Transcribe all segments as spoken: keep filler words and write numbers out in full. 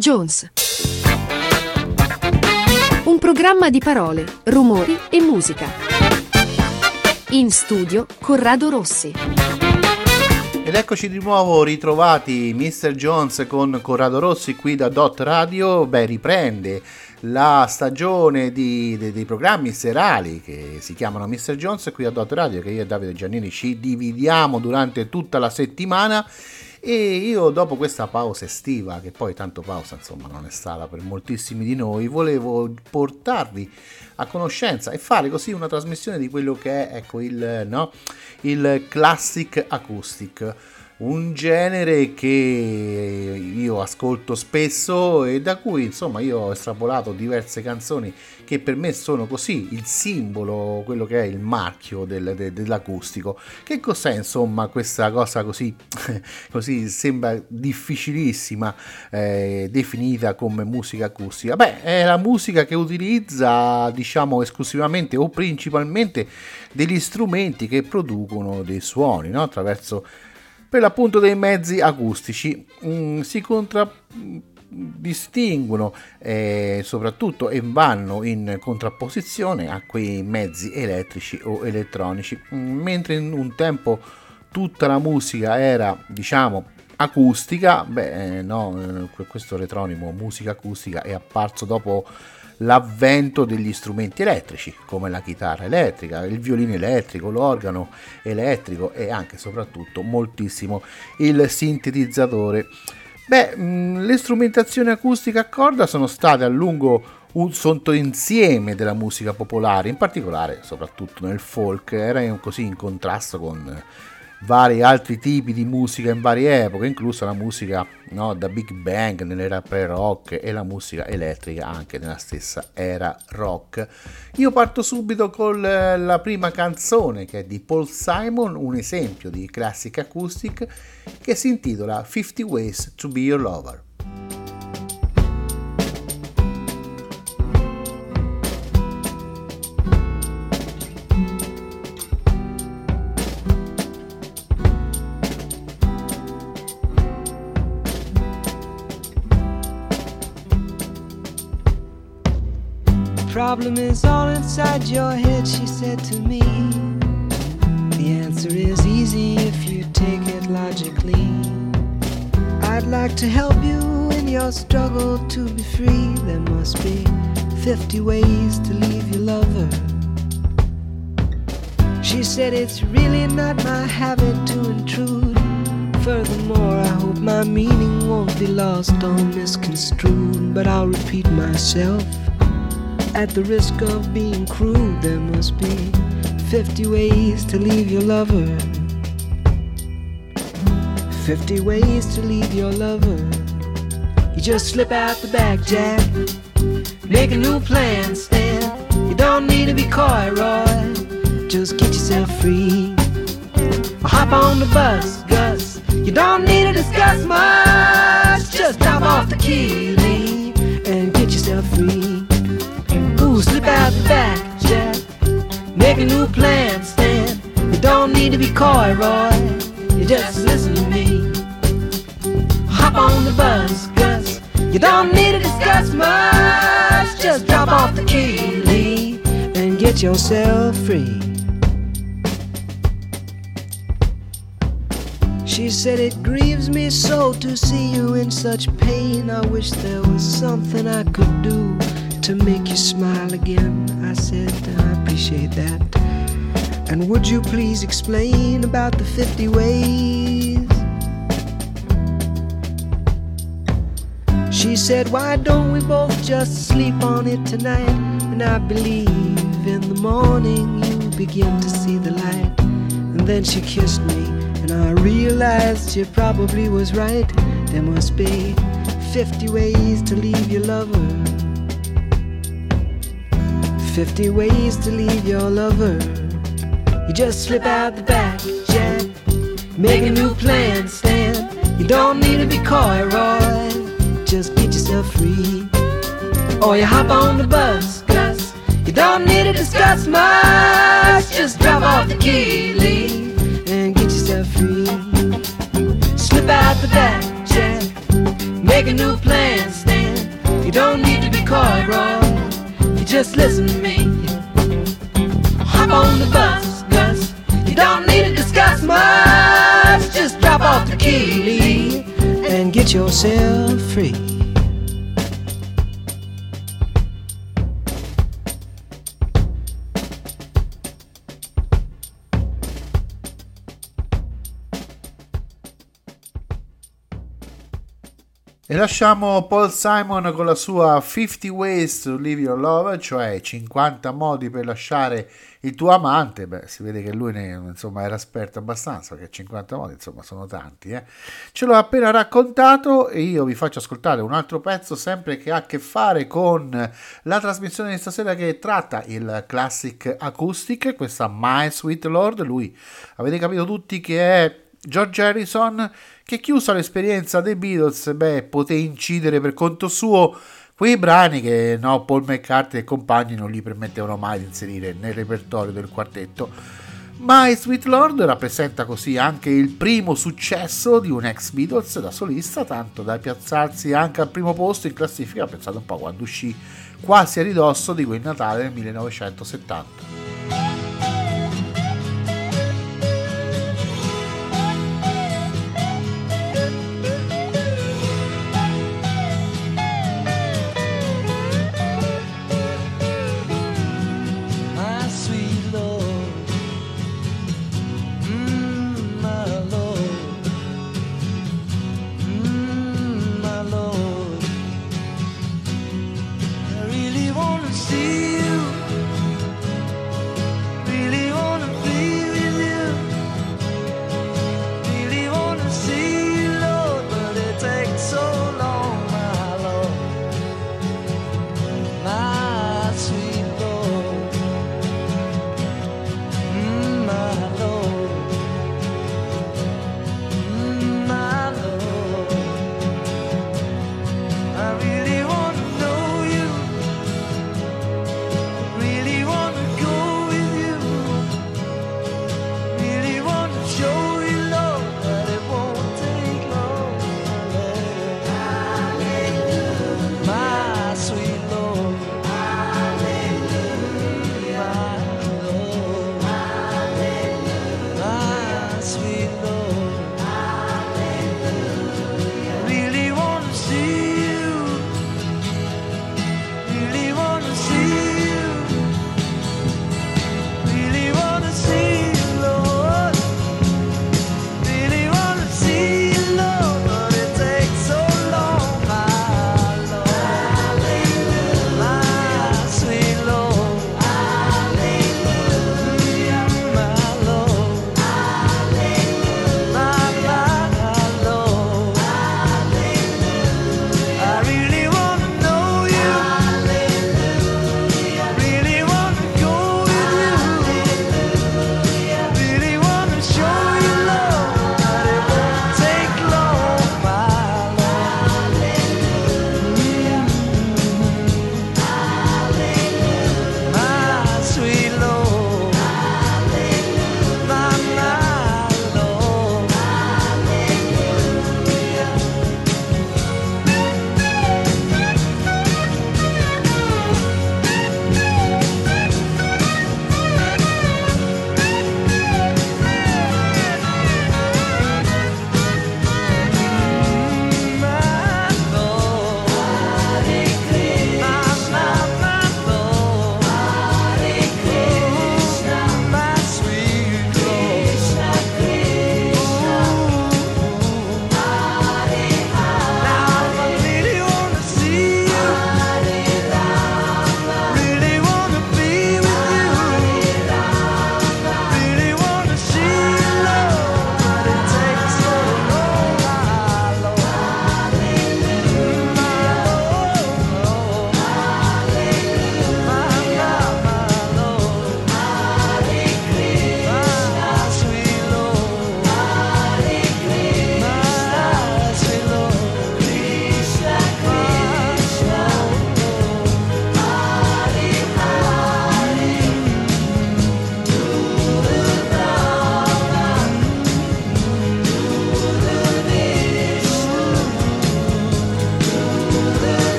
Jones. Un programma di parole, rumori e musica. In studio Corrado Rossi. Ed eccoci di nuovo ritrovati, mister Jones con Corrado Rossi qui da Dot Radio. Beh, riprende la stagione di, di, dei programmi serali che si chiamano mister Jones qui a Dot Radio, che io e Davide Giannini ci dividiamo durante tutta la settimana. E io, dopo questa pausa estiva, che poi tanto pausa insomma non è stata per moltissimi di noi, volevo portarvi a conoscenza e fare così una trasmissione di quello che è, ecco, il, no, il classic acoustic, un genere che io ascolto spesso e da cui insomma io ho estrapolato diverse canzoni che per me sono così il simbolo, quello che è il marchio del, de, dell'acustico. Che cos'è insomma questa cosa così, così sembra difficilissima, eh, definita come musica acustica? Beh, è la musica che utilizza, diciamo, esclusivamente o principalmente degli strumenti che producono dei suoni, no? Attraverso per l'appunto dei mezzi acustici. Mm, si contraddistinguono eh, soprattutto e vanno in contrapposizione a quei mezzi elettrici o elettronici. Mm, mentre in un tempo tutta la musica era, diciamo, acustica, beh eh, no, questo retronimo musica acustica è apparso dopo l'avvento degli strumenti elettrici come la chitarra elettrica, il violino elettrico, l'organo elettrico e anche e soprattutto moltissimo il sintetizzatore. Beh, mh, le strumentazioni acustiche a corda sono state a lungo un sottoinsieme della musica popolare, in particolare soprattutto nel folk, era così in contrasto con vari altri tipi di musica in varie epoche, inclusa la musica, no, da Big Bang nell'era pre-rock e la musica elettrica anche nella stessa era rock. Io parto subito con la prima canzone, che è di Paul Simon, un esempio di classic acoustic, che si intitola fifty ways to be your lover. Problem is all inside your head, she said to me. The answer is easy if you take it logically. I'd like to help you in your struggle to be free. There must be fifty ways to leave your lover. She said it's really not my habit to intrude. Furthermore, I hope my meaning won't be lost or misconstrued. But I'll repeat myself at the risk of being crude. There must be fifty ways to leave your lover. Fifty ways to leave your lover. You just slip out the back, Jack. Make a new plan, Stan. You don't need to be coy, Roy. Just get yourself free. Hop on the bus, Gus. You don't need to discuss much. Just drop off the key, Lee, and get yourself free. Slip out the back, Jack. Make a new plan, Stan. You don't need to be coy, Roy. You just listen to me. Hop on the bus, Gus. You don't need to discuss much. Just drop off the key, Lee, and get yourself free. She said it grieves me so to see you in such pain. I wish there was something I could do to make you smile again. I said, I appreciate that. And would you please explain about the fifty ways? She said, why don't we both just sleep on it tonight? And I believe in the morning you begin to see the light. And then she kissed me, and I realized she probably was right. There must be fifty ways to leave your lover. Fifty ways to leave your lover. You just slip out the back, Jack. Make a new plan, Stan. You don't need to be coy, Roy. Just get yourself free. Or you hop on the bus, Gus. You don't need to discuss much. Just drop off the key, Lee, and get yourself free. Slip out the back, Jack. Make a new plan, Stan. You don't need to be coy, Roy. You just listen to me. Hop on the bus, Gus. You don't need to discuss much. Just drop off the key and get yourself free. E lasciamo Paul Simon con la sua fifty ways to leave your lover, cioè cinquanta modi per lasciare il tuo amante. Beh, si vede che lui ne, insomma, era esperto abbastanza, perché cinquanta modi, insomma, sono tanti. Eh? Ce l'ho appena raccontato e io vi faccio ascoltare un altro pezzo sempre che ha a che fare con la trasmissione di stasera, che tratta il classic acoustic, questa My Sweet Lord. Lui, avete capito tutti che è George Harrison, che chiusa l'esperienza dei Beatles, beh, poté incidere per conto suo quei brani che no, Paul McCartney e compagni non gli permettevano mai di inserire nel repertorio del quartetto. My Sweet Lord rappresenta così anche il primo successo di un ex Beatles da solista, tanto da piazzarsi anche al primo posto in classifica, pensate un po', quando uscì quasi a ridosso di quel Natale del millenovecentosettanta.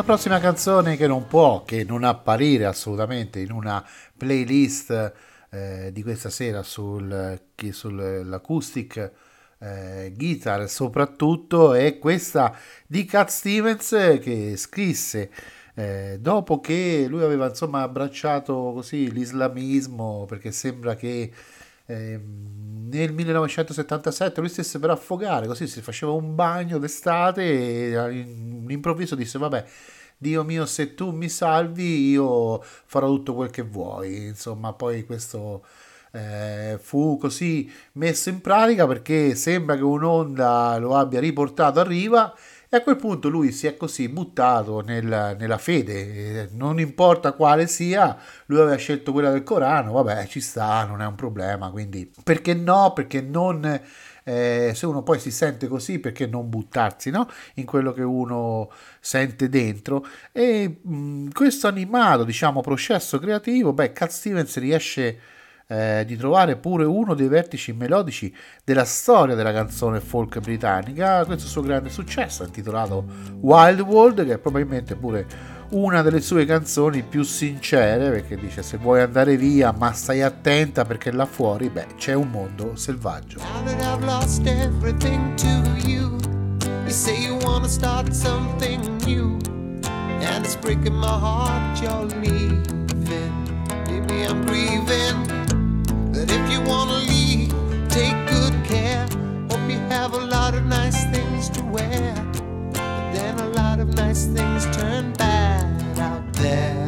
la prossima canzone che non può che non apparire assolutamente in una playlist eh, di questa sera sul, sull'acoustic eh, guitar soprattutto è questa di Cat Stevens, che scrisse eh, dopo che lui aveva insomma abbracciato così l'islamismo, perché sembra che eh, nel millenovecentosettantasette lui stesse per affogare, così si faceva un bagno d'estate e all'improvviso disse vabbè, Dio mio, se tu mi salvi io farò tutto quel che vuoi. Insomma, poi questo eh, fu così messo in pratica perché sembra che un'onda lo abbia riportato a riva, e a quel punto lui si è così buttato nel, nella fede, non importa quale sia, lui aveva scelto quella del Corano, vabbè, ci sta, non è un problema, quindi perché no, perché non... Eh, se uno poi si sente così, perché non buttarsi, no? In quello che uno sente dentro. E mh, questo animato, diciamo, processo creativo, beh, Cat Stevens riesce eh, di trovare pure uno dei vertici melodici della storia della canzone folk britannica, questo suo grande successo intitolato Wild World, che è probabilmente pure una delle sue canzoni più sincere, perché dice se vuoi andare via ma stai attenta perché là fuori, beh, c'è un mondo selvaggio. Now that I've lost everything to you, you say you wanna start something new, and it's breaking my heart you're leaving. Maybe I'm grieving, but if you wanna leave, take good care. Hope you have a lot of nice things to wear, but then a lot of nice things turn bad out there.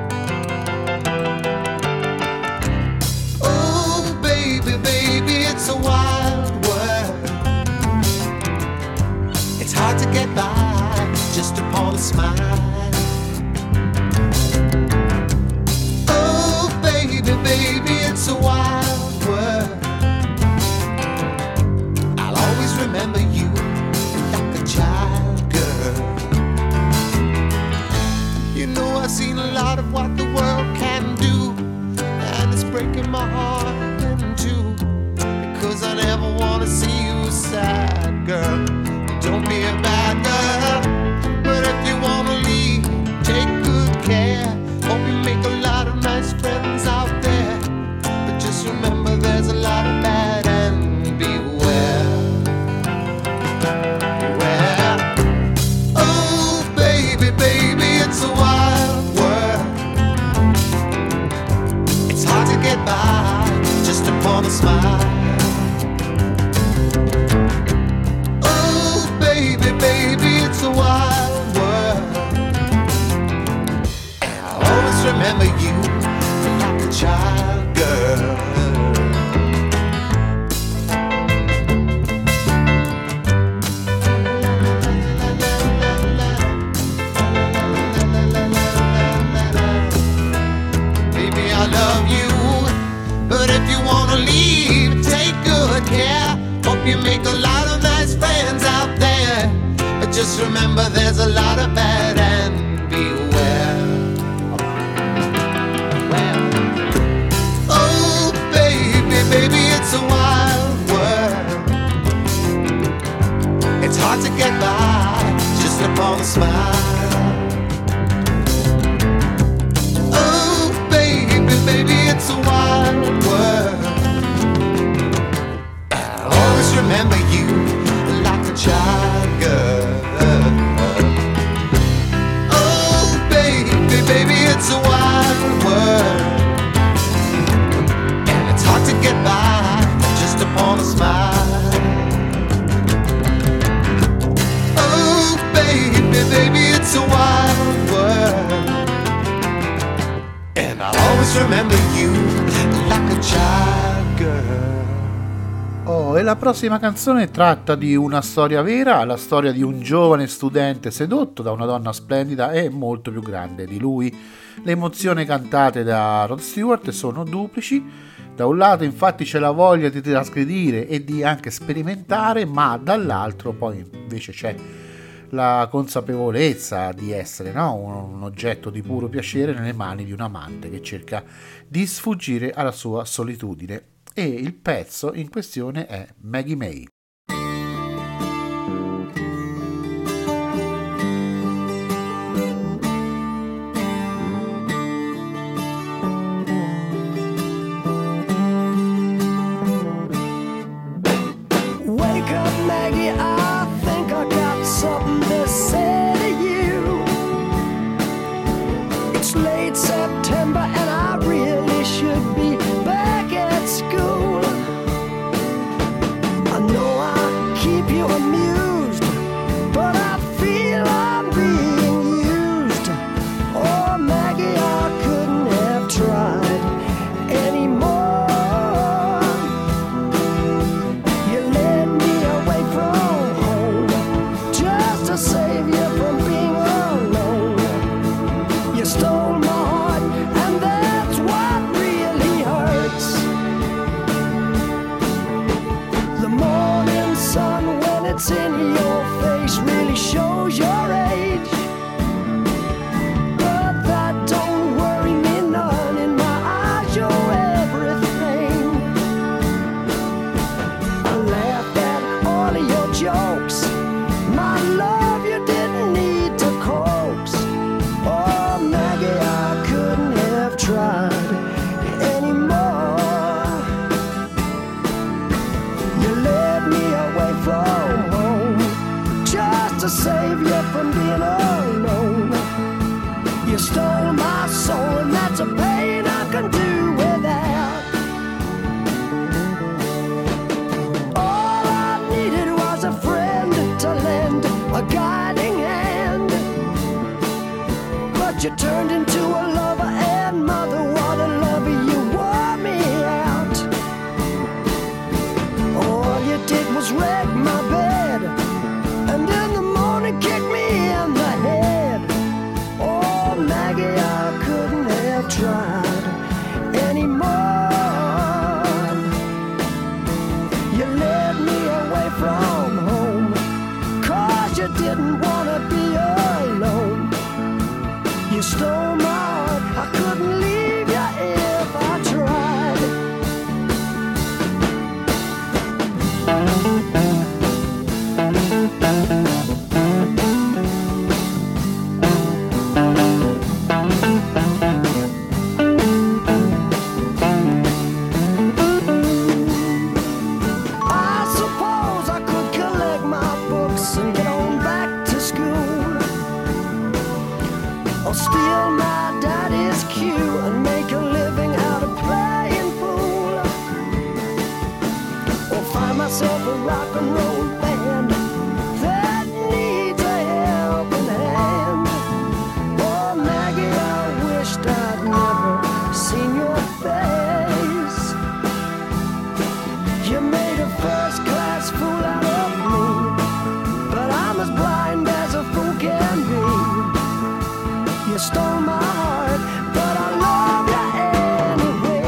Oh baby, baby, it's a wild world. It's hard to get by just upon a smile. Oh baby, baby, it's a wild world. I'll always remember you like a child, girl. You know I've seen a lot of what the world can do, and it's breaking my heart in two, because I never wanna see you sad, girl. Don't be a bad girl, but if you wanna leave, take good care. Hope you make a lot of nice friends out there, but just remember there's a lot of bad, and beware. Beware. Oh baby, baby, it's a wild world. It's hard to get by just upon a smile. Oh baby, baby, it's a wild world. And I'll always remember you like a child, girl. Baby, I love you, but if you wanna leave, take good care. Hope you make a lot of nice friends out there, but just remember there's a lot of bad, and beware. Well, oh baby, baby, it's a wild world. It's hard to get by just upon a smile. Oh baby, baby, it's a wild world. I'll always remember you like a child, girl. Oh baby, baby, it's a wild world, and it's hard to get by just upon a smile. Oh baby, baby, it's a wild world, and I'll always remember you like a child, girl. Oh, e la prossima canzone tratta di una storia vera, la storia di un giovane studente sedotto da una donna splendida e molto più grande di lui. Le emozioni cantate da Rod Stewart sono duplici. Da un lato infatti c'è la voglia di trasgredire e di anche sperimentare, ma dall'altro poi invece c'è la consapevolezza di essere, no? un, un oggetto di puro piacere nelle mani di un amante che cerca di sfuggire alla sua solitudine. E il pezzo in questione è Maggie May. It's late September and I really should be back at school. I know I keep you amused, but I feel I'm being used. Oh, Maggie, I couldn't have tried anymore. You led me away from home just to save you from being alone. You stole my heart, and that's what really hurts. The morning sun, when it's in your face, really shows your age. But that don't worry me none. In my eyes, you're everything. I laughed at all of your jokes. My love, you didn't need to coax. Oh, Maggie, I couldn't have tried anymore. You led me away from home just to save you from being alone. You stole my soul, and that's a pain I can do without. All I needed was a friend to lend a guiding hand. But you turned into a lover and mother. What a lover, you wore me out. All you did was wreck my bed, and in the morning kick me in the head. Oh, Maggie, I couldn't have tried anymore. You led me away from home, 'cause you didn't want to be alone. You stole my heart, I couldn't leave you if I tried. I suppose I could collect my books and get on back to school, or steal my daddy's cue and make a living out of playing pool, or find myself a rock and roll band that needs a helping hand. Oh, Maggie, I wished I'd never seen your face. You made a first-class fool out of me, but I'm as blind as a fool can be. You stole my heart, but I love you anyway.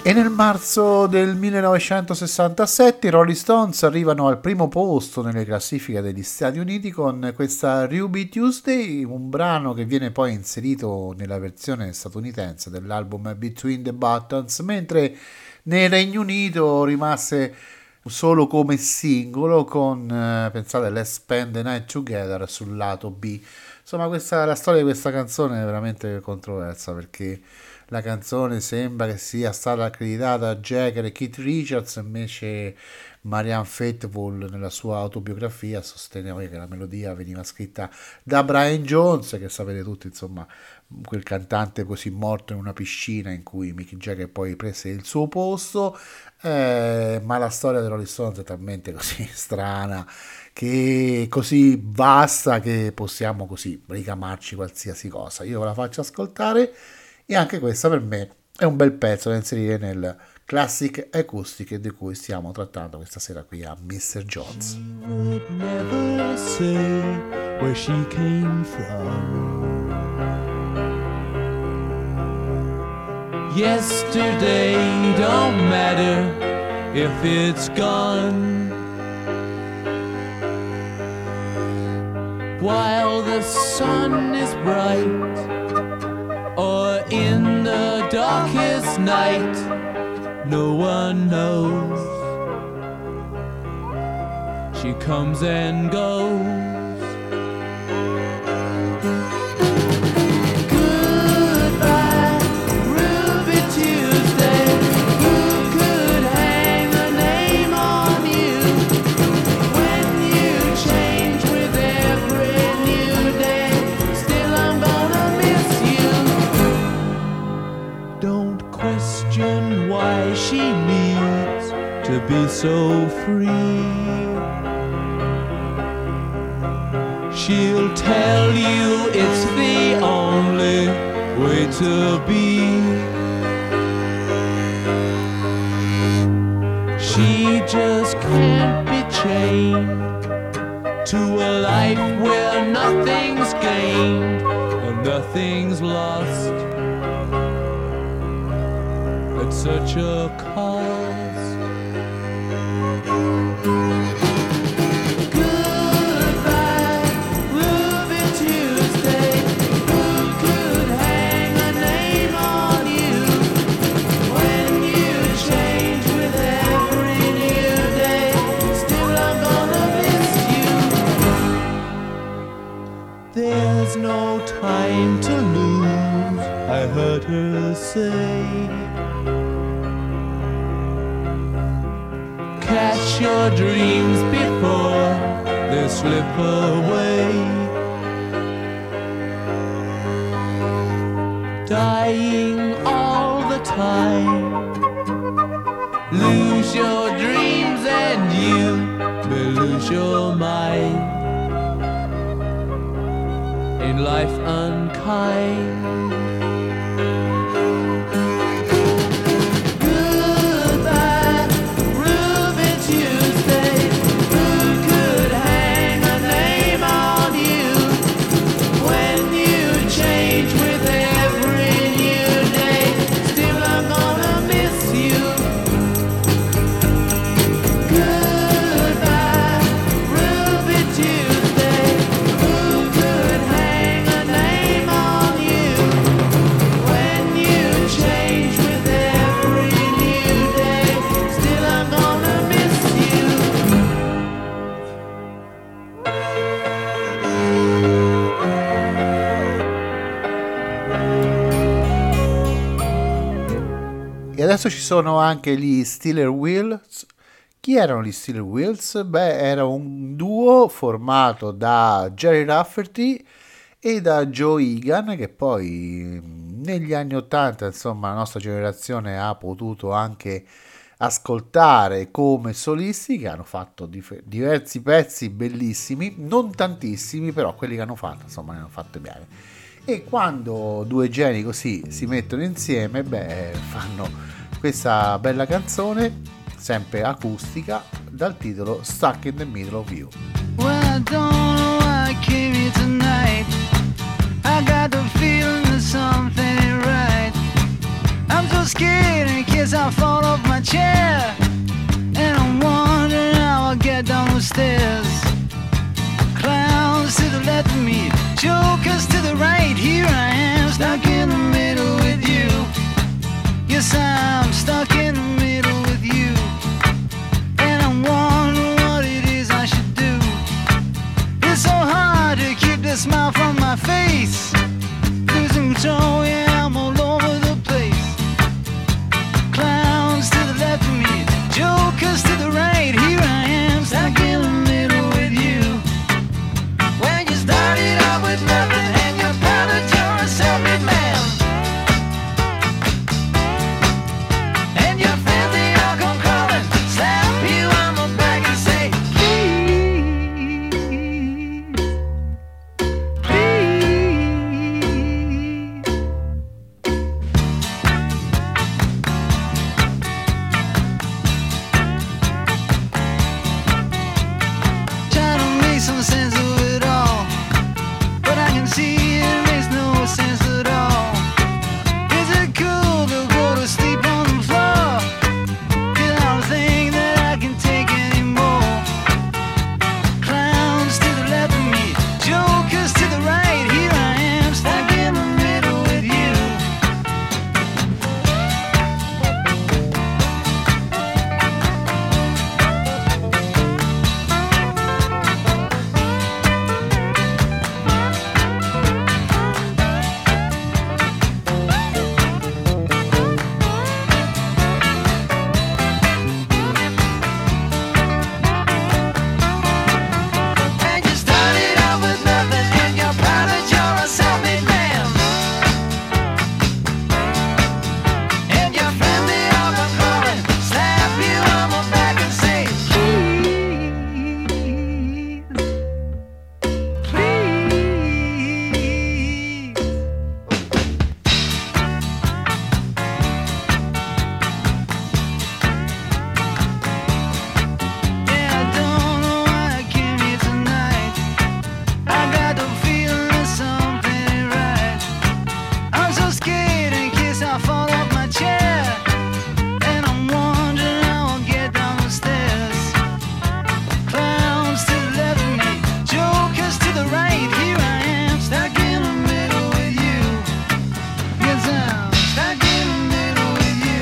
E nel marzo del millenovecentosessantasette i Rolling Stones arrivano al primo posto nelle classifiche degli Stati Uniti con questa Ruby Tuesday, un brano che viene poi inserito nella versione statunitense dell'album Between the Buttons, mentre nel Regno Unito rimase solo come singolo con, eh, pensate, Let's Spend the Night Together sul lato B. Insomma, questa, la storia di questa canzone è veramente controversa, perché la canzone sembra che sia stata accreditata a Jagger e Keith Richards, invece Marianne Faithfull nella sua autobiografia sosteneva che la melodia veniva scritta da Brian Jones, che sapete tutti, insomma, quel cantante così morto in una piscina in cui Mick Jagger poi prese il suo posto. Eh, ma la storia dei Rolling Stones è talmente così strana, che così vasta, che possiamo così ricamarci qualsiasi cosa. Io ve la faccio ascoltare, e anche questa per me è un bel pezzo da inserire nel Classic Acoustic di cui stiamo trattando questa sera qui a mister Jones. Would never say where she came from. Yesterday don't matter if it's gone. While the sun is bright, or in the darkest night, no one knows. She comes and goes. Goodbye, Ruby Tuesday. Who could hang a name on you when you change with every new day? Still I'm gonna miss you. Don't question why she needs to be so free. She'll tell you it's the only way to be. She just can't be chained to a life where nothing's gained and nothing's lost at such a cost. Goodbye, Ruby Tuesday. Who could hang a name on you when you change with every new day? Still I'm gonna miss you. There's no time to lose, I heard her say. Catch your dreams before they slip away. Dying all the time. Lose your dreams and you may lose your mind. Ain't life unkind? Adesso ci sono anche gli Steeler Wheels. Chi erano gli Steeler Wheels? Beh, era un duo formato da Jerry Rafferty e da Joe Egan, che poi negli anni ottanta, insomma, la nostra generazione ha potuto anche ascoltare come solisti, che hanno fatto dif- diversi pezzi bellissimi, non tantissimi, però quelli che hanno fatto, insomma, ne hanno fatte bene. E quando due geni così si mettono insieme, beh, fanno questa bella canzone, sempre acustica, dal titolo Stuck in the Middle of You. Well, I don't know why I came here tonight. I got the feeling that something ain't right. I'm so scared in case guess I'll fall off my chair. And I'm wondering how I'll get down the stairs. Clowns to the left of me, jokers to the right. Here I am, stuck in the middle with you. Yes, I'm stuck in the middle with you. And I'm wondering what it is I should do. It's so hard to keep the smile from my face. Losing control, yeah, I'm all over the place. Clowns to the left of me, jokers to the right. Here I am, stuck in the middle with you. When you started out with nothing and you're proud that you're a self-made man. And your friends, they all come crawling, slap you on the back and say, please, please. Try to make some sense of it all, but I can see it makes no sense at all. Is it cool to go to sleep on the floor? 'Cause I don't think that I can take anymore. Clowns to the left of me, jokers to the right. Here I am, stuck in the middle with you. And you started out with nothing and you're proud that you're a self-made man. And your friends, they all come crawling, slap you on the back and say, please, please. Yeah, I don't know why I came here tonight. I got the feeling that something ain't right. I'm so scared in case I fall off my chair. And I'm wondering how I'll get down the stairs. Clowns to the left of me, jokers to the right. Here I am, stuck in the middle with you. Yes, I'm stuck in the middle with you.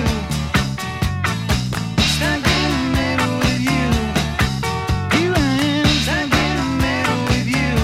Stuck in the middle with you. Here I am, stuck in the middle with you.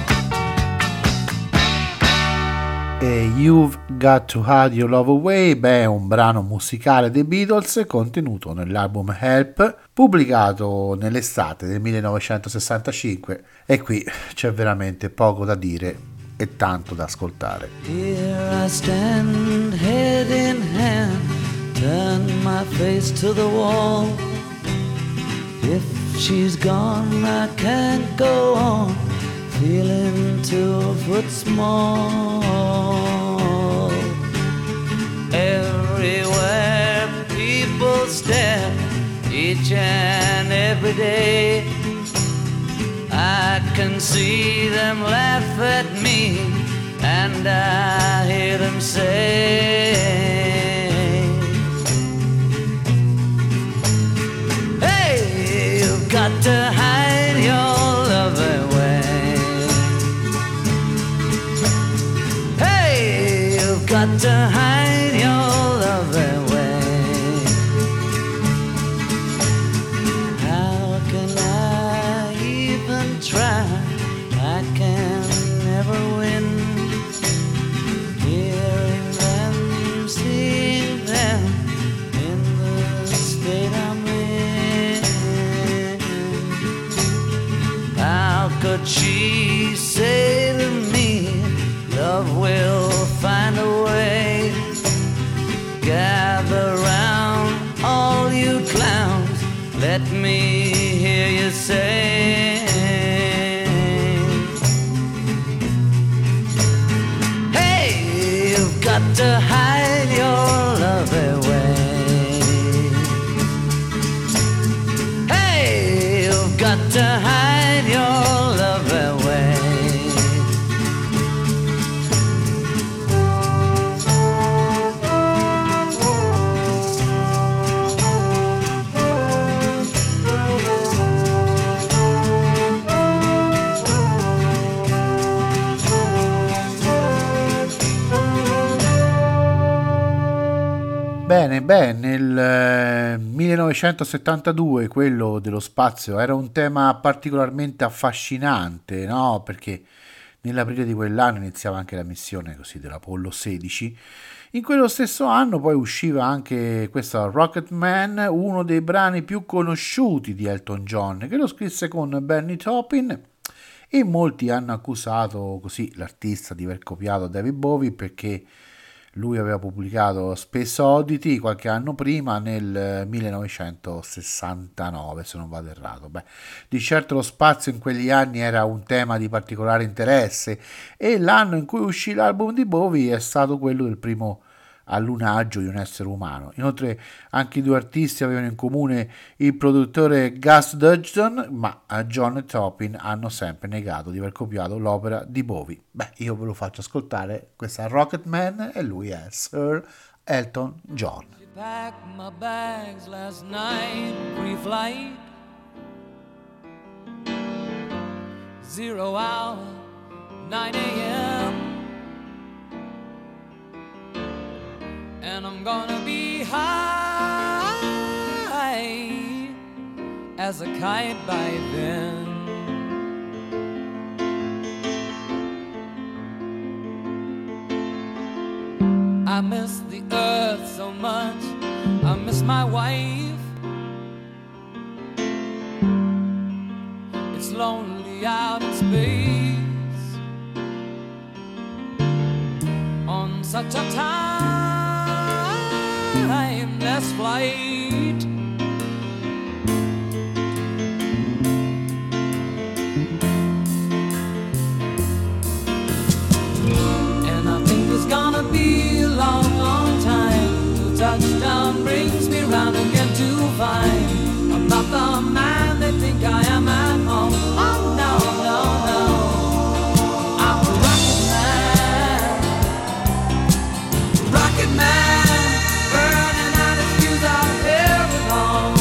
E You've Got to Hide Your Love Away, beh, è un brano musicale dei Beatles contenuto nell'album Help, pubblicato nell'estate del millenovecentosessantacinque, e qui c'è veramente poco da dire e tanto da ascoltare. Here I stand, head in hand, turn my face to the wall. If she's gone, I can't go on, feeling two foot small. Everywhere people stare, each and every day. I can see them laugh at me, and I hear them say, hey, you've got to hide your love away. Hey, you've got to hide your love away. How can I even try? I can never win. Hearing them, seeing them in the state I'm in. How could she say to me, love will find a way? Gather round, all you clowns, let me hear you say, hey, you've got to hide your love away. Hey, you've got to hide your love away. Bene, beh, nel eh, millenovecentosettantadue quello dello spazio era un tema particolarmente affascinante, no? Perché nell'aprile di quell'anno iniziava anche la missione così dell'Apollo sedici. In quello stesso anno poi usciva anche questo Rocket Man, uno dei brani più conosciuti di Elton John, che lo scrisse con Bernie Taupin, e molti hanno accusato così l'artista di aver copiato David Bowie perché lui aveva pubblicato Space Oddity qualche anno prima, nel millenovecentosessantanove, se non vado errato. Beh, di certo lo spazio in quegli anni era un tema di particolare interesse, e l'anno in cui uscì l'album di Bowie è stato quello del primo allunaggio di un essere umano. Inoltre anche i due artisti avevano in comune il produttore Gus Dudgeon, ma a John e Taupin hanno sempre negato di aver copiato l'opera di Bowie. Beh, io ve lo faccio ascoltare, questa è Rocket Man e lui è Sir Elton John. She packed my bags last night, pre-flight, zero hour, nine a.m. And I'm gonna be high as a kite by then. I miss the earth so much, I miss my wife. It's lonely out in space on such a timeless flight. And I think it's gonna be a long, long time till touchdown brings me round again to find I'm not the man they think I am at home. Oh no, no, no, I'm a rocket man, rocket man, burning out his fuse out here alone.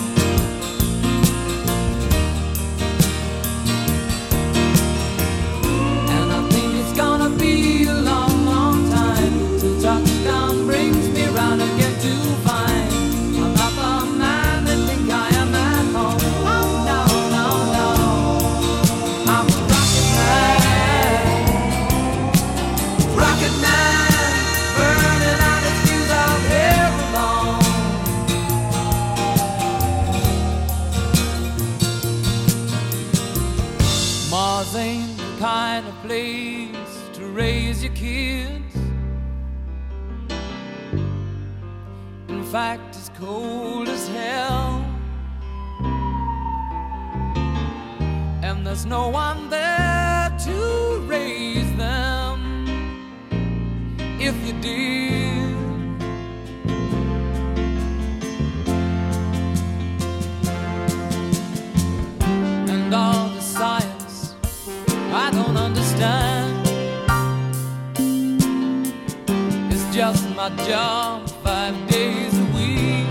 And I think it's gonna be a long, long time till touchdown brings me round again to find I'm not the man they think I am at home. Oh no, no, no, I'm a rocket man, rocket man, burning out his fuse out here alone. Mars ain't the kind of place to raise your kids. In fact, it's cold as hell, and there's no one there to raise them if you did. And all the science I don't understand, it's just my job five days a week.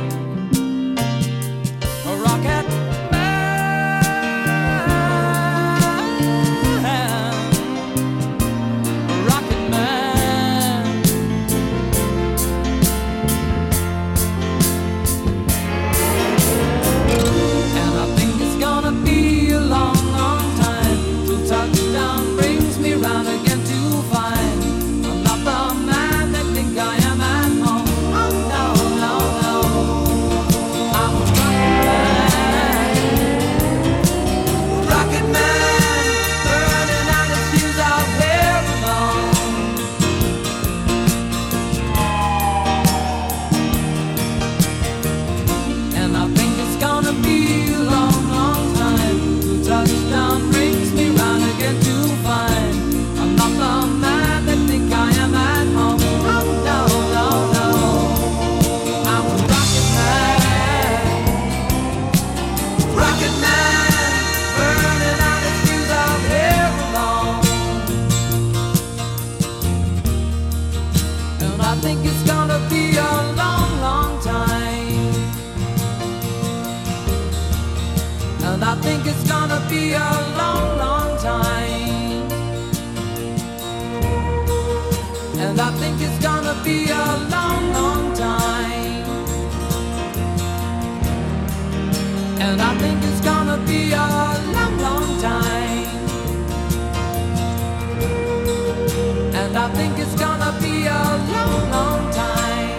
A rocket man, a rocket man. And I think it's gonna be a long, long time till touchdown brings me round again to find I'm not the man they think I am at home. Oh no, no, no, I'm a rocket man, rocket man, burning out his fuse out here alone. And I think it's gonna be a long, long time till touchdown brings me round again to find I'm not the man they think I am at home. Oh no, no, no, I'm a rocket man, rocket man, burning out his fuse out here alone. And I think it's gonna be a long, long time. And I think it's gonna be a long, long time. And I think it's gonna be a long, long time. And I think it's gonna be a long, long time. And I think it's gonna be a long, long time.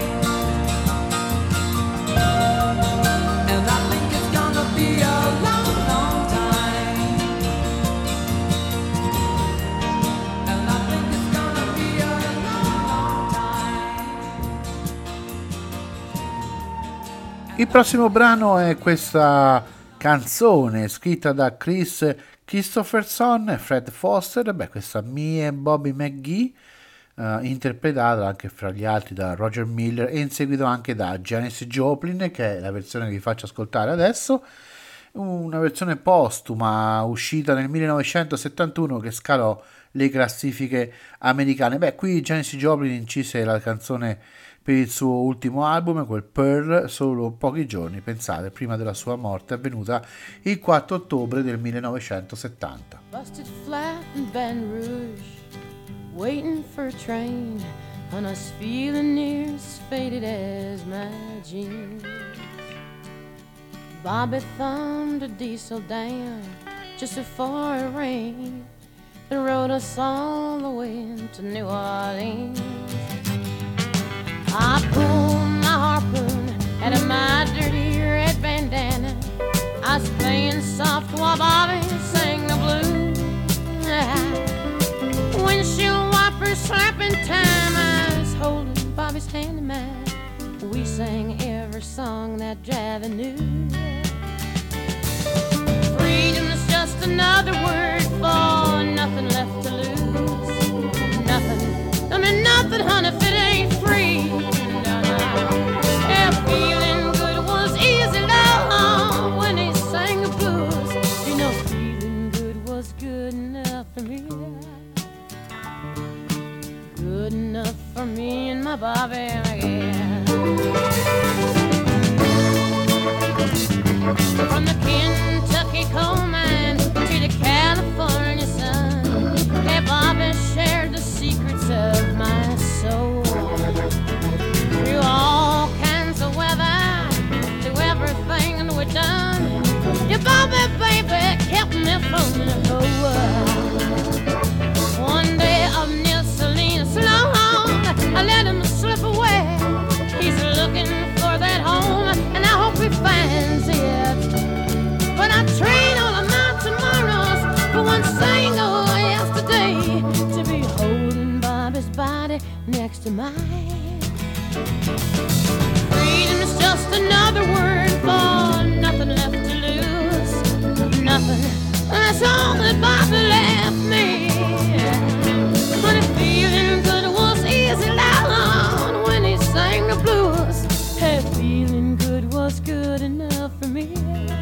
And I think it's gonna be a long, long time. And I think it's gonna be a long, long time. Il prossimo brano è questa canzone scritta da Chris Christopherson e Fred Foster, beh, questa Me e Bobby McGee, uh, interpretata anche fra gli altri da Roger Miller e in seguito anche da Janis Joplin, che è la versione che vi faccio ascoltare adesso, una versione postuma uscita nel millenovecentosettantuno che scalò le classifiche americane. Beh, qui Janis Joplin incise la canzone per il suo ultimo album, quel Pearl, solo pochi giorni, pensate, prima della sua morte, avvenuta il quattro ottobre del millenovecentosettanta. Busted flat in Baton Rouge, waiting for a train, and I was feeling near as faded as my jeans. Bobby thumbed a diesel down just before it rained and rode us all the way to New Orleans. I pulled my harpoon out of my dirty red bandana. I was playing soft while Bobby sang the blues. Windshield wipers slapping time, I was holding Bobby's hand in mine. We sang every song that Javi knew. Freedom's just another word for nothing left to lose. Nothing, I mean nothing, honey, if it ain't free. No, no. Yeah, feeling good was easy, love, when he sang the blues. You know, feeling good was good enough for me. Good enough for me and my Bobby, yeah. From the Kentucky coal mine to the California sun, hey, Bobby shared the secrets of my soul. Through all kinds of weather, through everything that we've done, your Bobby, baby, kept me from the whole world. One day up near Salinas, long, I let him slip away. He's looking for that home, and I hope he finds it. But I trade all of my tomorrows for one single yesterday, to be holding Bobby's body next to mine. Freedom's just another word for nothing left to lose. Nothing, that's all that Bobby left me. But if feeling good was easy, loud when he sang the blues, hey, feeling good was good enough for me.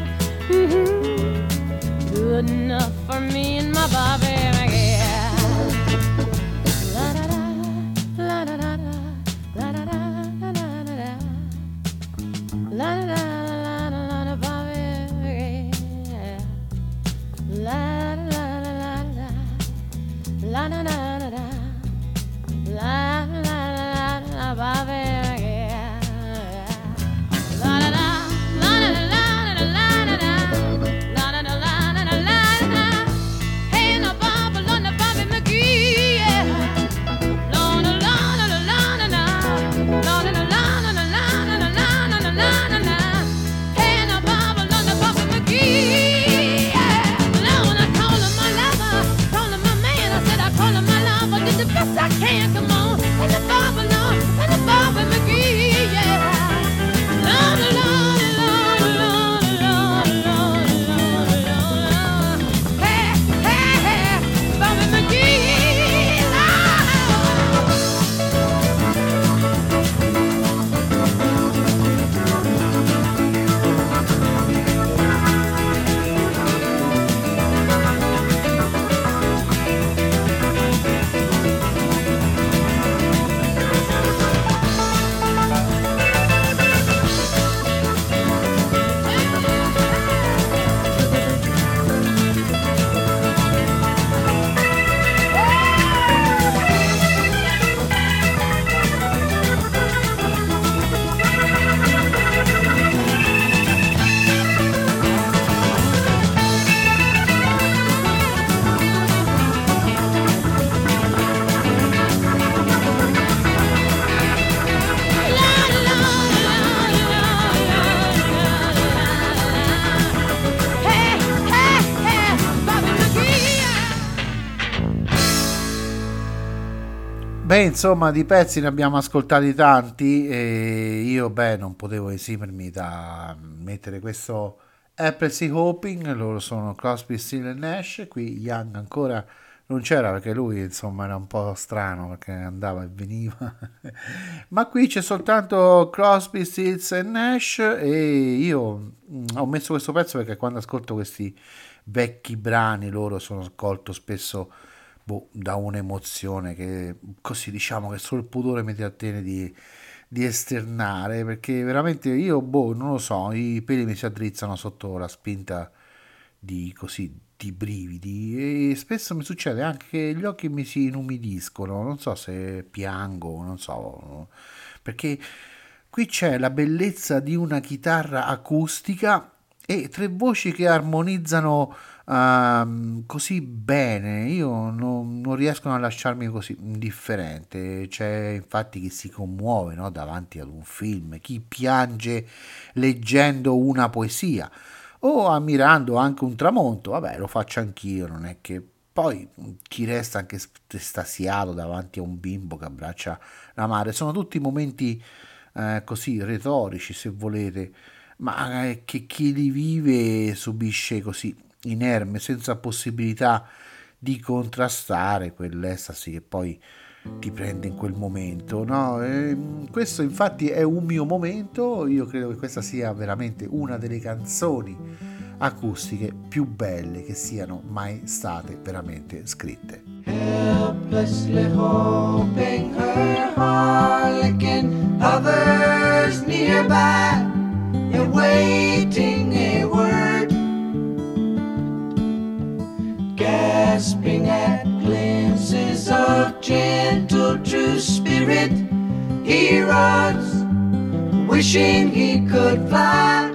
Mm-hmm. Good enough for me and my Bobby, yeah. La da da, la da da da, la da da da da da, la da da la da da, Bobby, yeah. La da da da da, la da da da da, la da da da, Bobby, yeah. La da da, la da da da. Na Beh, insomma, di pezzi ne abbiamo ascoltati tanti e io, beh, non potevo esimermi da mettere questo Apple Hoping. Loro sono Crosby, Still e Nash. Qui Young ancora non c'era perché lui, insomma, era un po' strano perché andava e veniva. Ma qui c'è soltanto Crosby, Stills e Nash e io mm, ho messo questo pezzo perché quando ascolto questi vecchi brani loro sono colto spesso boh, da un'emozione che così diciamo che solo il pudore mi trattiene di, di esternare, perché veramente io boh non lo so, i peli mi si addrizzano sotto la spinta di così di brividi e spesso mi succede anche che gli occhi mi si inumidiscono, non so se piango, non so, perché qui c'è la bellezza di una chitarra acustica e tre voci che armonizzano uh, così bene. Io non, non riescono a lasciarmi così indifferente. C'è infatti chi si commuove, no, davanti ad un film, chi piange leggendo una poesia o ammirando anche un tramonto. Vabbè, lo faccio anch'io, non è che poi chi resta anche estasiato davanti a un bimbo che abbraccia la madre. Sono tutti momenti eh, così retorici, se volete, ma eh, che chi li vive subisce così inerme, senza possibilità di contrastare quell'estasi che poi ti prende in quel momento, no? E questo infatti è un mio momento. Io credo che questa sia veramente una delle canzoni acustiche più belle che siano mai state veramente scritte. Helplessly hoping her harlequin, others nearby, awaiting a word, gasping at glimpses of gentle true spirit, he runs, wishing he could fly,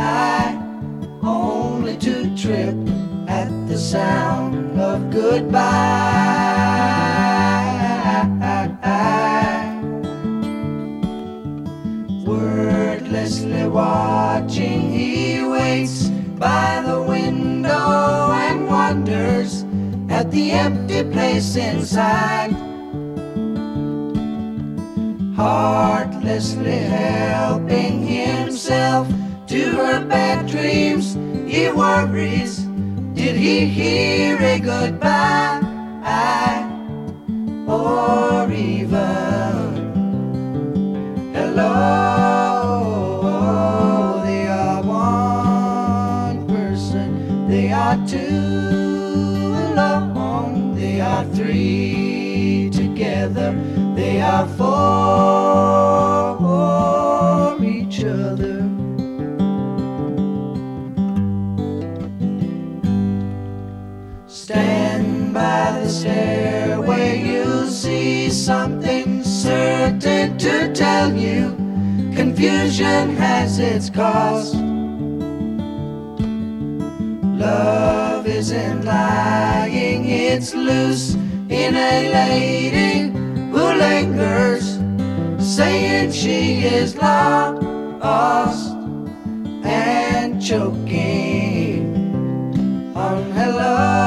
only to trip at the sound of goodbye. Wordlessly watching, he waits by the window and wonders at the empty place inside. Heartlessly helping himself to her bad dreams, he worries, did he hear a goodbye? Or even hello? They are one person, they are two alone, they are three together, they are four for each other. Stand by the stairway, you'll see something certain to tell you. Confusion has its cost. Love isn't lying, it's loose in a lady who lingers, saying she is lost and choking on hello.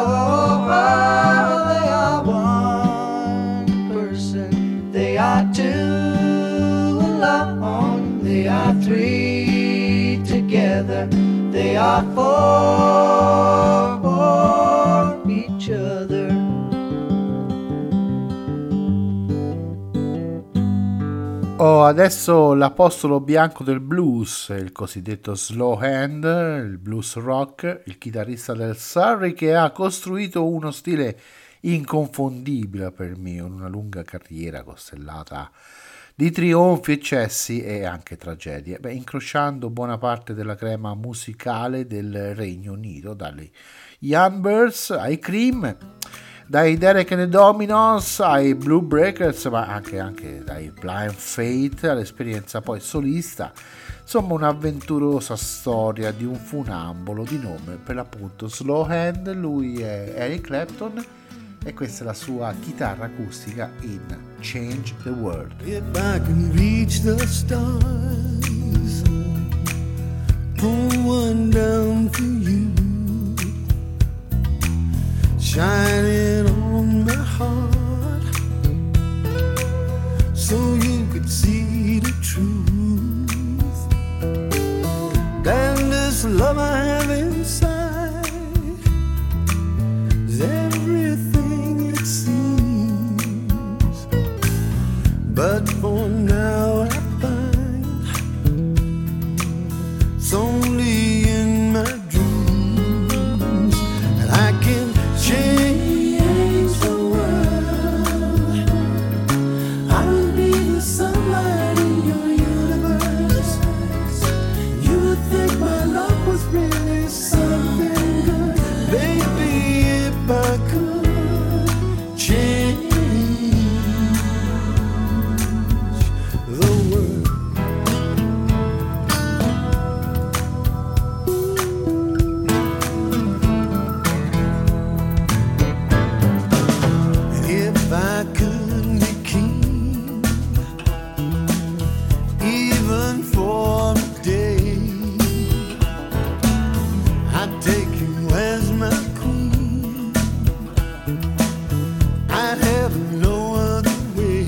They are one person, they are two alone, they are three together, they are four for each other. Oh, adesso l'apostolo bianco del blues, il cosiddetto slow hand, il blues rock, il chitarrista del Surrey che ha costruito uno stile inconfondibile per me, una lunga carriera costellata di trionfi, eccessi e anche tragedie, beh, incrociando buona parte della crema musicale del Regno Unito, dalle Yardbirds ai Cream, dai Derek and the Dominos ai Blue Breakers, ma anche, anche dai Blind Faith all'esperienza poi solista. Insomma, un'avventurosa storia di un funambolo di nome per l'appunto Slow Hand. Lui è Eric Clapton e questa è la sua chitarra acustica in Change the World. If I can reach the stars, pull one down for you, shining on my heart, this love I have inside is everything it seems. But for now I find it's only in my dreams that I can change the world. I will be the sunlight in your universe. You would think my love was really something good. Baby, if I could change the world. And if I could be king, even for a day, I'd take you as my queen. I'd have no other way.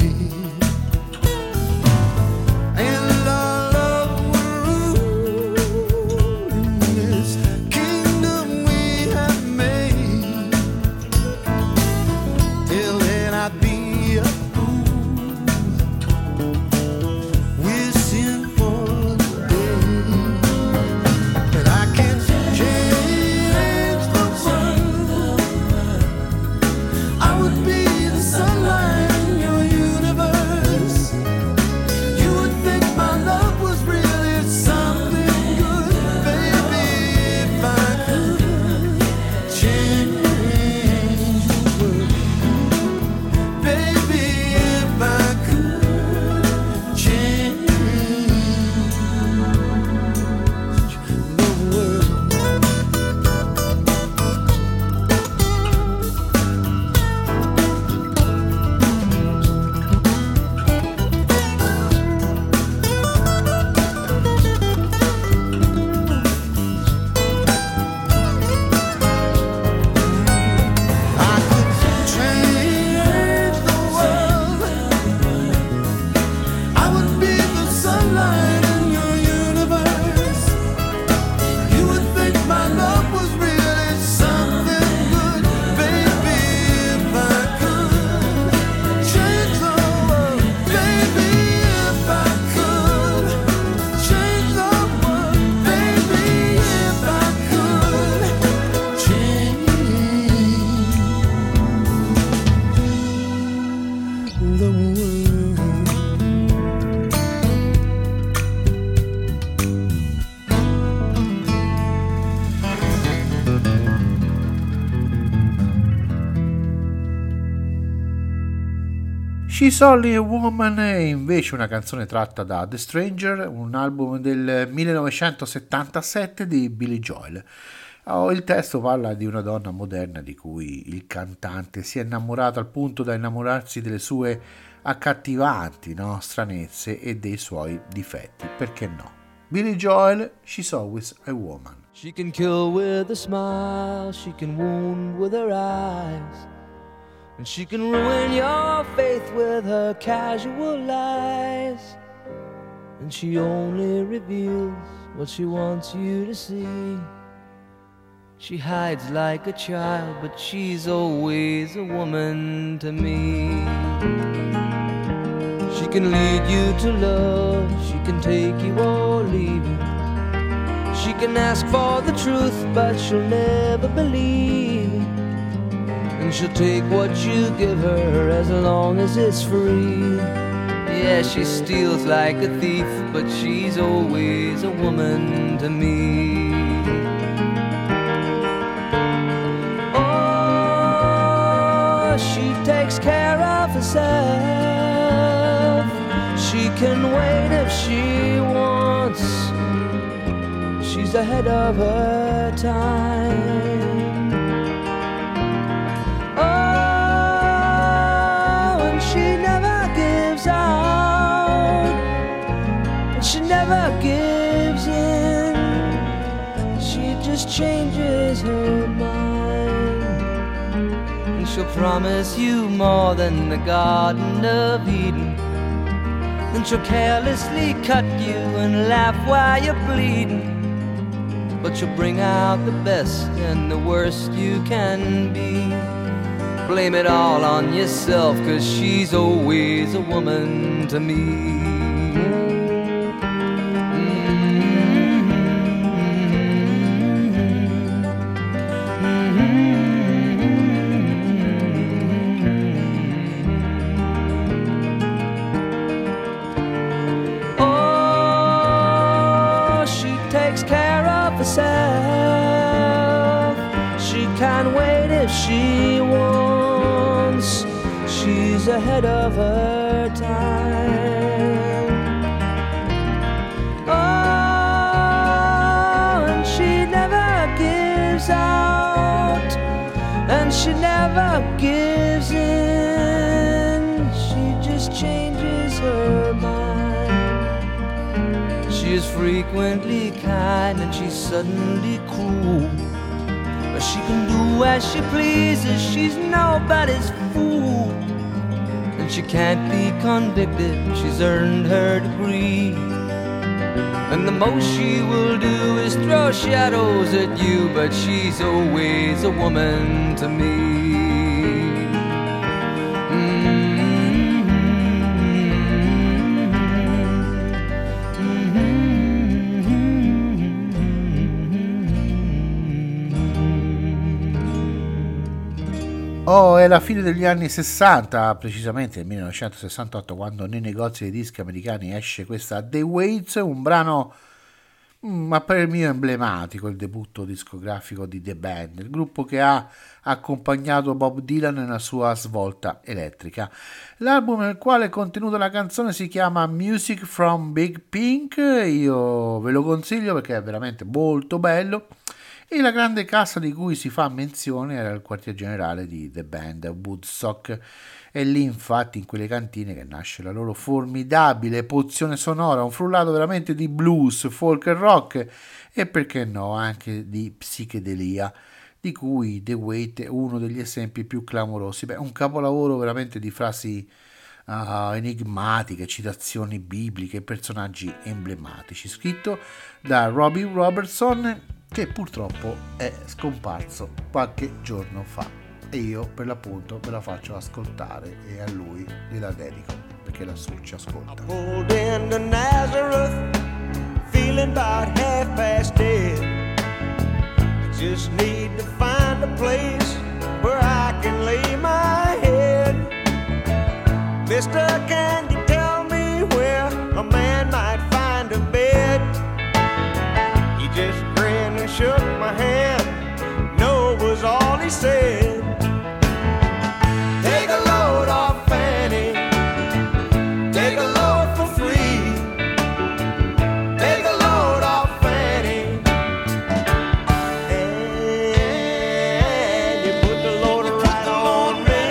And our love would rule in this kingdom we have made. Till then I'd be a fool, wishing for the day that I can change the world. I would be the sunlight in your universe. You would think my love was really something good. Baby, if I could change the world. Baby, if I could change the world. I could change the world. I would be the sunlight in your universe. You would think my love was really something good. Baby, if I could change the world. Baby, if I could change the world. Baby, if I could change the world. She's Only a Woman è invece una canzone tratta da The Stranger, un album del millenovecentosettantasette di Billy Joel. Oh, il testo parla di una donna moderna di cui il cantante si è innamorato al punto da innamorarsi delle sue accattivanti, no, stranezze e dei suoi difetti. Perché no? Billy Joel, She's Always a Woman. She can kill with a smile, she can wound with her eyes, and she can ruin your faith with her casual lies. And she only reveals what she wants you to see. She hides like a child, but she's always a woman to me. She can lead you to love, she can take you or leave you. She can ask for the truth, but she'll never believe it. And she'll take what you give her as long as it's free. Yeah, she steals like a thief, but she's always a woman to me. Oh, she takes care of herself. She can wait if she wants. She's ahead of her time. Oh, and she never gives out, and she never gives in. She just changes her mind, and she'll promise you more than the Garden of Eden. Then she'll carelessly cut you and laugh while you're bleeding. but she'll bring out the best and the worst you can be. Blame it all on yourself, 'cause she's always a woman to me. She can wait if she wants. She's ahead of her time. Oh, and she never gives out, and she never gives in. She just changes her mind. She is frequently kind and she's suddenly cruel. But she can do as she pleases, she's nobody's fool. And she can't be convicted, she's earned her degree. And the most she will do is throw shadows at you, but she's always a woman to me. Oh, è la fine degli anni sessanta, precisamente nel millenovecentosessantotto, quando nei negozi di dischi americani esce questa The Waits, un brano, mm, a parer mio, emblematico, il debutto discografico di The Band, il gruppo che ha accompagnato Bob Dylan nella sua svolta elettrica. L'album nel quale è contenuta la canzone si chiama Music from Big Pink, io ve lo consiglio perché è veramente molto bello. E la grande cassa di cui si fa menzione era il quartier generale di The Band, Woodstock. È lì infatti, in quelle cantine, che nasce la loro formidabile pozione sonora, un frullato veramente di blues, folk e rock e perché no anche di psichedelia, di cui The Wait è uno degli esempi più clamorosi. Beh, un capolavoro veramente di frasi uh, enigmatiche, citazioni bibliche e personaggi emblematici, scritto da Robbie Robertson, che purtroppo è scomparso qualche giorno fa, e io per l'appunto ve la faccio ascoltare e a lui gliela dedico perché lassù ci ascolta. I pulled into Nazareth, feeling about half past dead. I just need to find a place where I can lay my head. Mister, can you tell me where a man might find a bed? He just grinned and shook my hand. No was all he said. Take a load off Fanny. Take a load for free. Take a load off Fanny. And you put the load right on me.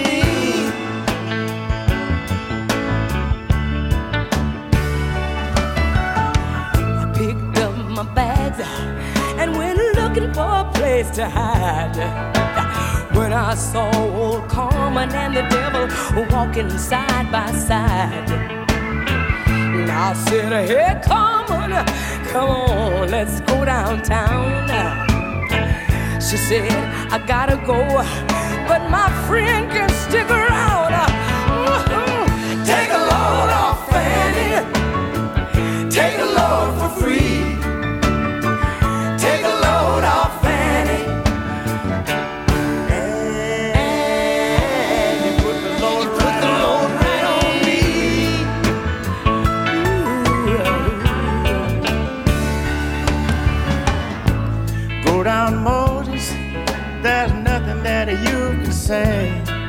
I picked up my bags and went looking for a place to hide. When I saw old Carmen and the devil walking side by side, and I said, hey Carmen, come on, let's go downtown. She said, I gotta go, but my friend can stick around. Take a load off Fanny. Take a load for free. Take a load off Fanny. And you put the load, right, the load right on me. Ooh. Go down Moses, there's nothing that you can say.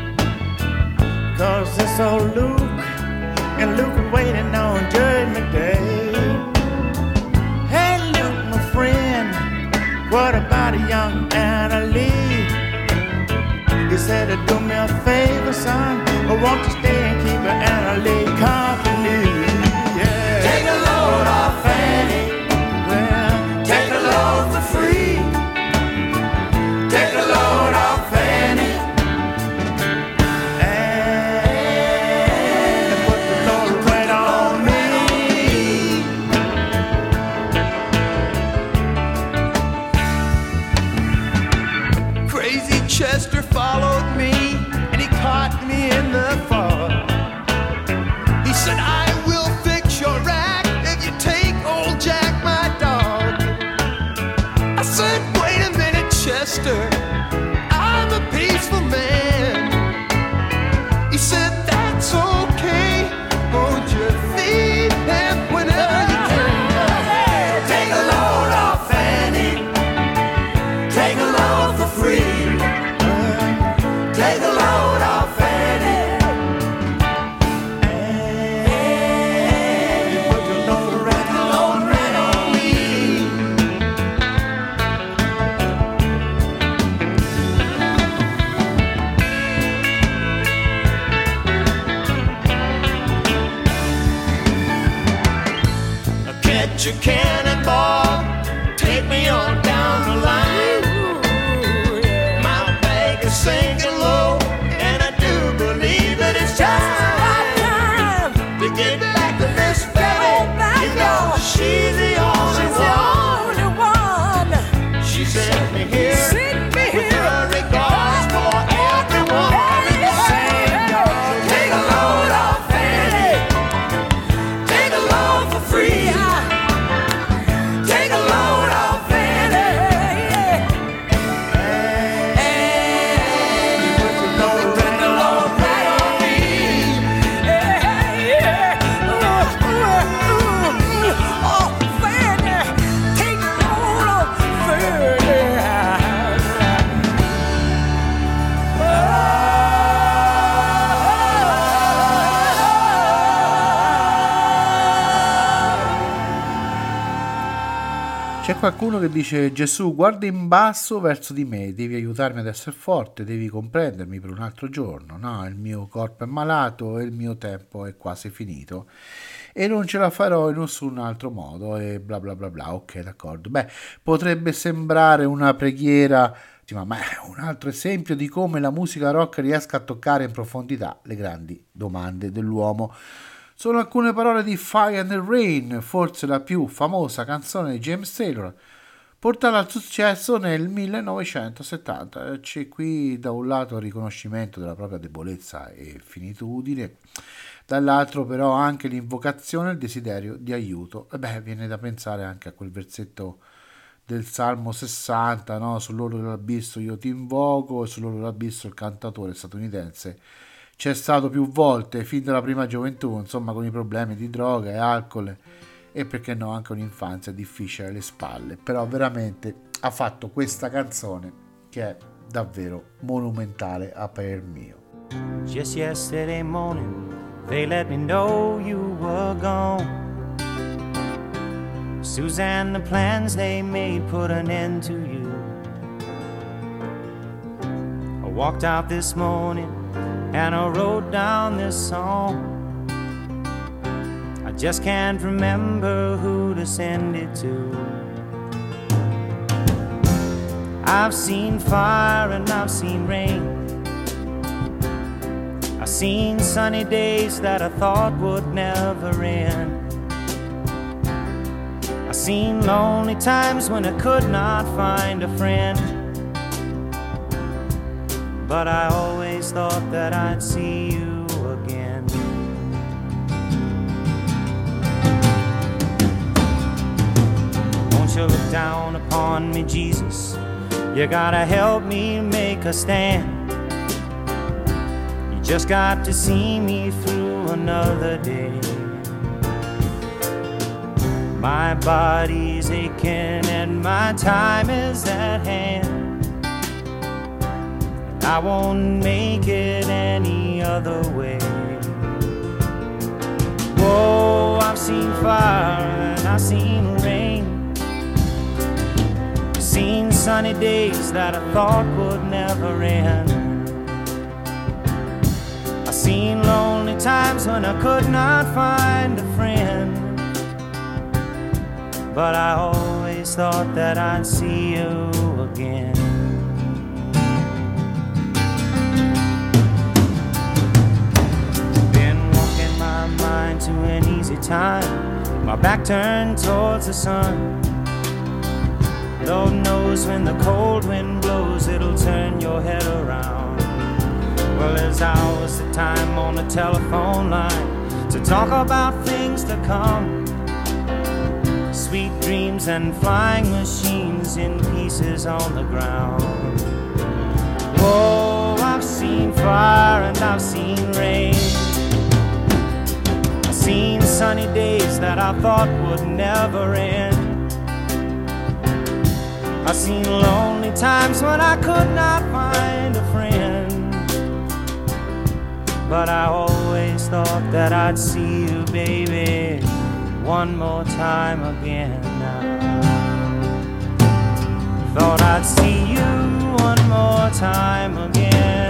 Cause it's old Luke, and Luke is waiting on Judgment Day. Hey Luke, my friend, what about a young Anna Lee? He said, do me a favor, son, I want to stay and keep an Anna Lee company. Yeah. Take a load off Fanny. Well, take a load for free. Take a load off Fanny. And put the load right on me. Chester followed me and he caught me in the fog. He said, I will fix your rack if you take old Jack, my dog. I said, wait a minute, Chester, I'm a peaceful man. He said, that's okay, hold your feet and whenever you can. Take a load off Fanny, take a load for free. Take a load off Fanny, and you put your load right, load right on me. Catch a cannonball, take me on down the line. My bag is sinking low, and I do believe that it's time to get back to Miss Fanny. You know she's the only one. She sent me here with her regards for everyone. Take a load off Fanny, take a load for free. Take a load off Fanny, and you put your load right, the load right on me. Oh, Fanny, take a load off Fanny. C'è qualcuno che dice: Gesù, guarda in basso verso di me, devi aiutarmi ad essere forte, devi comprendermi per un altro giorno. No, il mio corpo è malato e il mio tempo è quasi finito e non ce la farò in nessun altro modo e bla bla bla bla. Ok, d'accordo. Beh, potrebbe sembrare una preghiera, ma è un altro esempio di come la musica rock riesca a toccare in profondità le grandi domande dell'uomo. Sono alcune parole di Fire and Rain, forse la più famosa canzone di James Taylor, portata al successo nel millenovecentosettanta. C'è qui da un lato il riconoscimento della propria debolezza e finitudine, dall'altro però anche l'invocazione e il desiderio di aiuto. E beh, viene da pensare anche a quel versetto del Salmo sessanta, no? Sull'orlo dell'abisso io ti invoco, e sull'orlo dell'abisso il cantatore statunitense c'è stato più volte fin dalla prima gioventù, insomma, con i problemi di droga e alcol e perché no anche un'infanzia difficile alle spalle, però veramente ha fatto questa canzone che è davvero monumentale a parer mio. Just yesterday morning they let me know you were gone. Suzanne, the plans they made put an end to you. I walked out this morning and I wrote down this song. I just can't remember who to send it to. I've seen fire and I've seen rain. I've seen sunny days that I thought would never end. I've seen lonely times when I could not find a friend. But I always thought that I'd see you again. Won't you look down upon me, Jesus? You gotta help me make a stand. You just got to see me through another day. My body's aching and my time is at hand. I won't make it any other way. Whoa, I've seen fire and I've seen rain. I've seen sunny days that I thought would never end. I've seen lonely times when I could not find a friend. But I always thought that I'd see you again. Mind to an easy time, my back turned towards the sun. Lord knows when the cold wind blows, it'll turn your head around. Well, there's hours of time on the telephone line to talk about things to come. Sweet dreams and flying machines in pieces on the ground. Whoa, I've seen fire and I've seen rain. I've seen sunny days that I thought would never end. I've seen lonely times when I could not find a friend. But I always thought that I'd see you, baby, one more time again now. Thought I'd see you one more time again.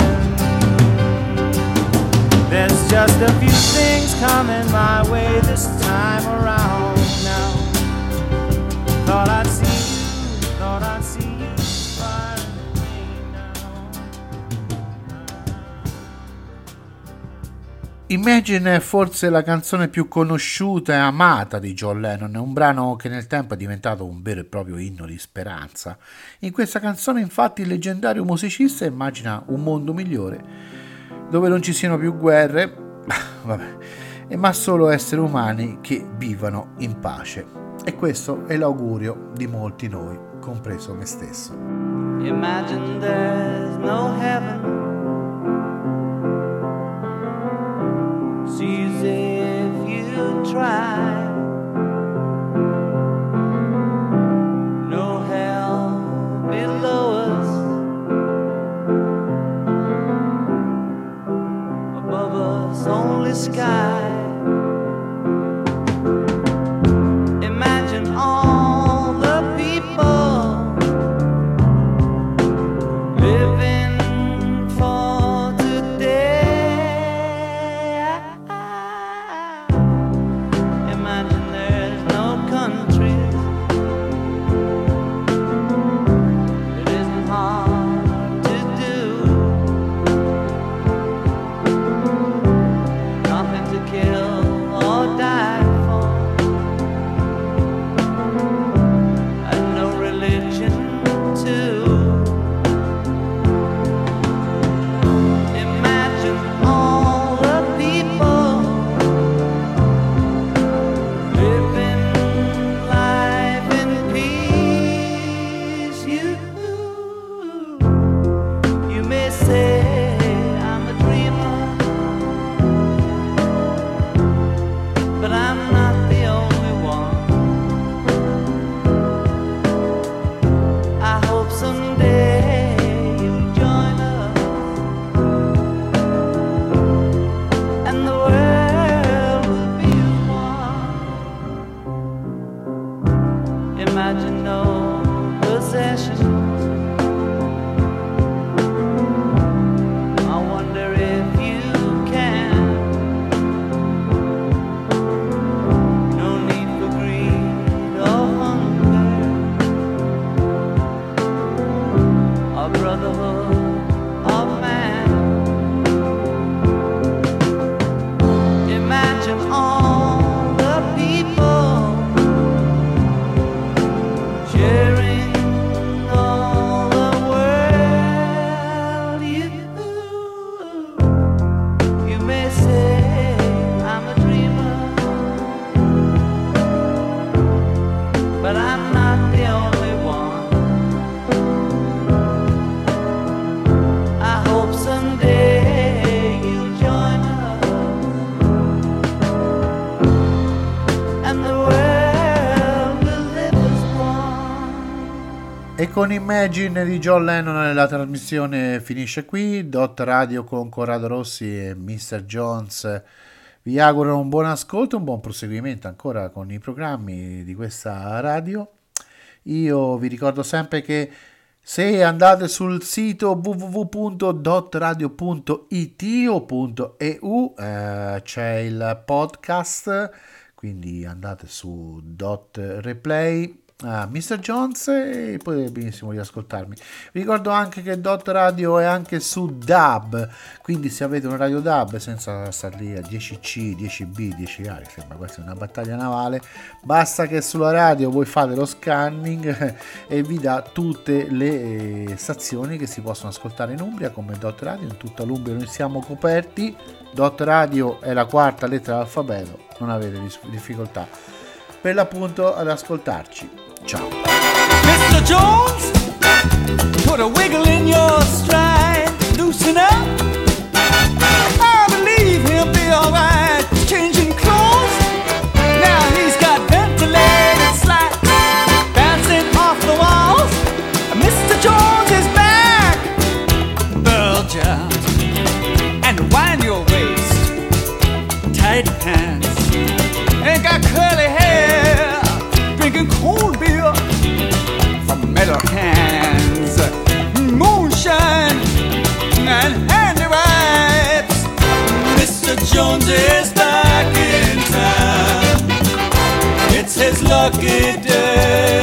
There's just a few things coming my way this time around now. Thought I'd see you, thought I'd see you far away now. Imagine è forse la canzone più conosciuta e amata di John Lennon, è un brano che nel tempo è diventato un vero e proprio inno di speranza. In questa canzone infatti il leggendario musicista immagina un mondo migliore, dove non ci siano più guerre, vabbè, e ma solo esseri umani che vivano in pace. E questo è l'augurio di molti noi, compreso me stesso. Imagine there's no heaven. It's easy if you try. No hell below us. Above us only sky. Imagine all the people living for today. Imagine there's no countries. It isn't hard to do. Nothing to kill or die for. And no religion too. Imagine all the people living life in peace. You, you may say I'm a dreamer, but I'm not the only one. I hope someday you'll join us, and the world will be as one. Imagine no possessions. I wonder if you can. No need for greed or hunger, or brotherhood of man. Imagine all the people sharing all the world. You, you may say I'm a dreamer, but I'm not the only one. I hope someday you'll join us, and the world will live as one. E con Imagine di John Lennon la trasmissione finisce qui. Dot Radio con Corrado Rossi e mister Jones vi auguro un buon ascolto, un buon proseguimento ancora con i programmi di questa radio. Io vi ricordo sempre che se andate sul sito w w w punto dot radio punto i t o punto e u eh, c'è il podcast, quindi andate su Dot Replay a mister Jones e potete benissimo riascoltarmi. Vi ricordo anche che Dot Radio è anche su D A B, quindi se avete un radio D A B senza stare lì a dieci C, dieci B, dieci A, che sembra questa è una battaglia navale, basta che sulla radio voi fate lo scanning e vi dà tutte le stazioni che si possono ascoltare in Umbria come Dot Radio. In tutta l'Umbria noi siamo coperti. Dot Radio è la quarta lettera dell'alfabeto, non avete difficoltà per l'appunto ad ascoltarci. Ciao. mister Jones, put a wiggle in your stride, loosen up. I believe he'll be alright. Changing clothes, now he's got ventilated slats bouncing off the walls. mister Jones is back. Bulge out and wind your waist, tight pants, ain't got curly hair, drinking cold beer from metal cans, moonshine and handy wipes. mister Jones is back in town. It's his lucky day.